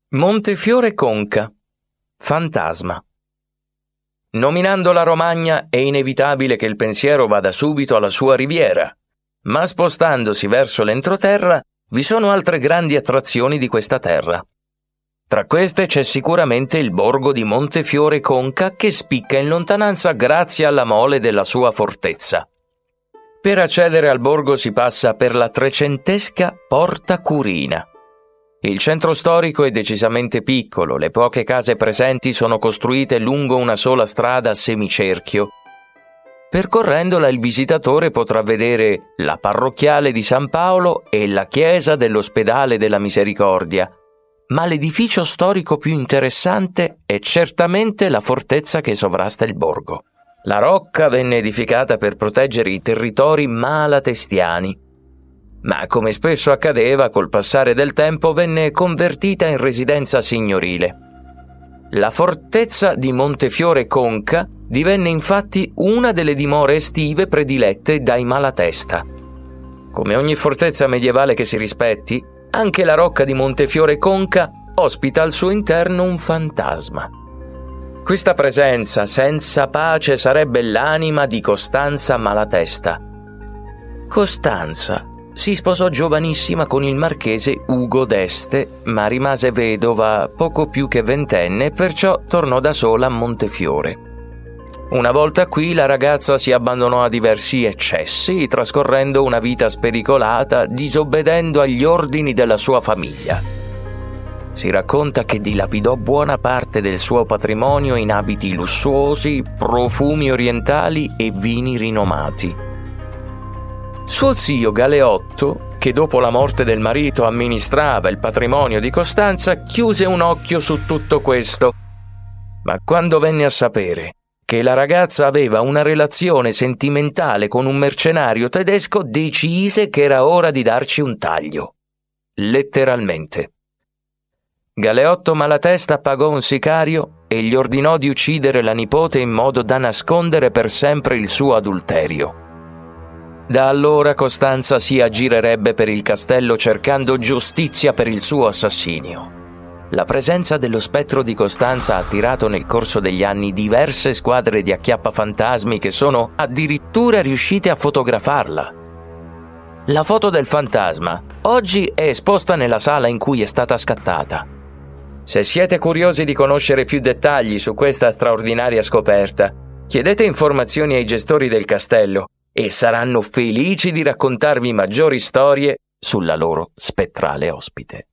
Montefiore Conca. Fantasma. Nominando la Romagna è inevitabile che il pensiero vada subito alla sua riviera, ma spostandosi verso l'entroterra vi sono altre grandi attrazioni di questa terra. Tra queste c'è sicuramente il borgo di Montefiore Conca che spicca in lontananza grazie alla mole della sua fortezza. Per accedere al borgo si passa per la trecentesca Porta Curina. Il centro storico è decisamente piccolo, le poche case presenti sono costruite lungo una sola strada a semicerchio. Percorrendola il visitatore potrà vedere la parrocchiale di San Paolo e la chiesa dell'Ospedale della Misericordia, ma l'edificio storico più interessante è certamente la fortezza che sovrasta il borgo. La rocca venne edificata per proteggere i territori malatestiani, ma come spesso accadeva, col passare del tempo venne convertita in residenza signorile. La fortezza di Montefiore Conca divenne infatti una delle dimore estive predilette dai Malatesta. Come ogni fortezza medievale che si rispetti, anche la rocca di Montefiore Conca ospita al suo interno un fantasma. Questa presenza senza pace sarebbe l'anima di Costanza Malatesta. Costanza si sposò giovanissima con il marchese Ugo d'Este, ma rimase vedova poco più che ventenne e perciò tornò da sola a Montefiore. Una volta qui la ragazza si abbandonò a diversi eccessi, trascorrendo una vita spericolata, disobbedendo agli ordini della sua famiglia. Si racconta che dilapidò buona parte del suo patrimonio in abiti lussuosi, profumi orientali e vini rinomati. Suo zio Galeotto, che dopo la morte del marito amministrava il patrimonio di Costanza, chiuse un occhio su tutto questo, ma quando venne a sapere che la ragazza aveva una relazione sentimentale con un mercenario tedesco, decise che era ora di darci un taglio. Letteralmente. Galeotto Malatesta pagò un sicario e gli ordinò di uccidere la nipote in modo da nascondere per sempre il suo adulterio. Da allora Costanza si aggirerebbe per il castello cercando giustizia per il suo assassinio. La presenza dello spettro di Costanza ha attirato nel corso degli anni diverse squadre di acchiappafantasmi che sono addirittura riuscite a fotografarla. La foto del fantasma oggi è esposta nella sala in cui è stata scattata. Se siete curiosi di conoscere più dettagli su questa straordinaria scoperta, chiedete informazioni ai gestori del castello e saranno felici di raccontarvi maggiori storie sulla loro spettrale ospite.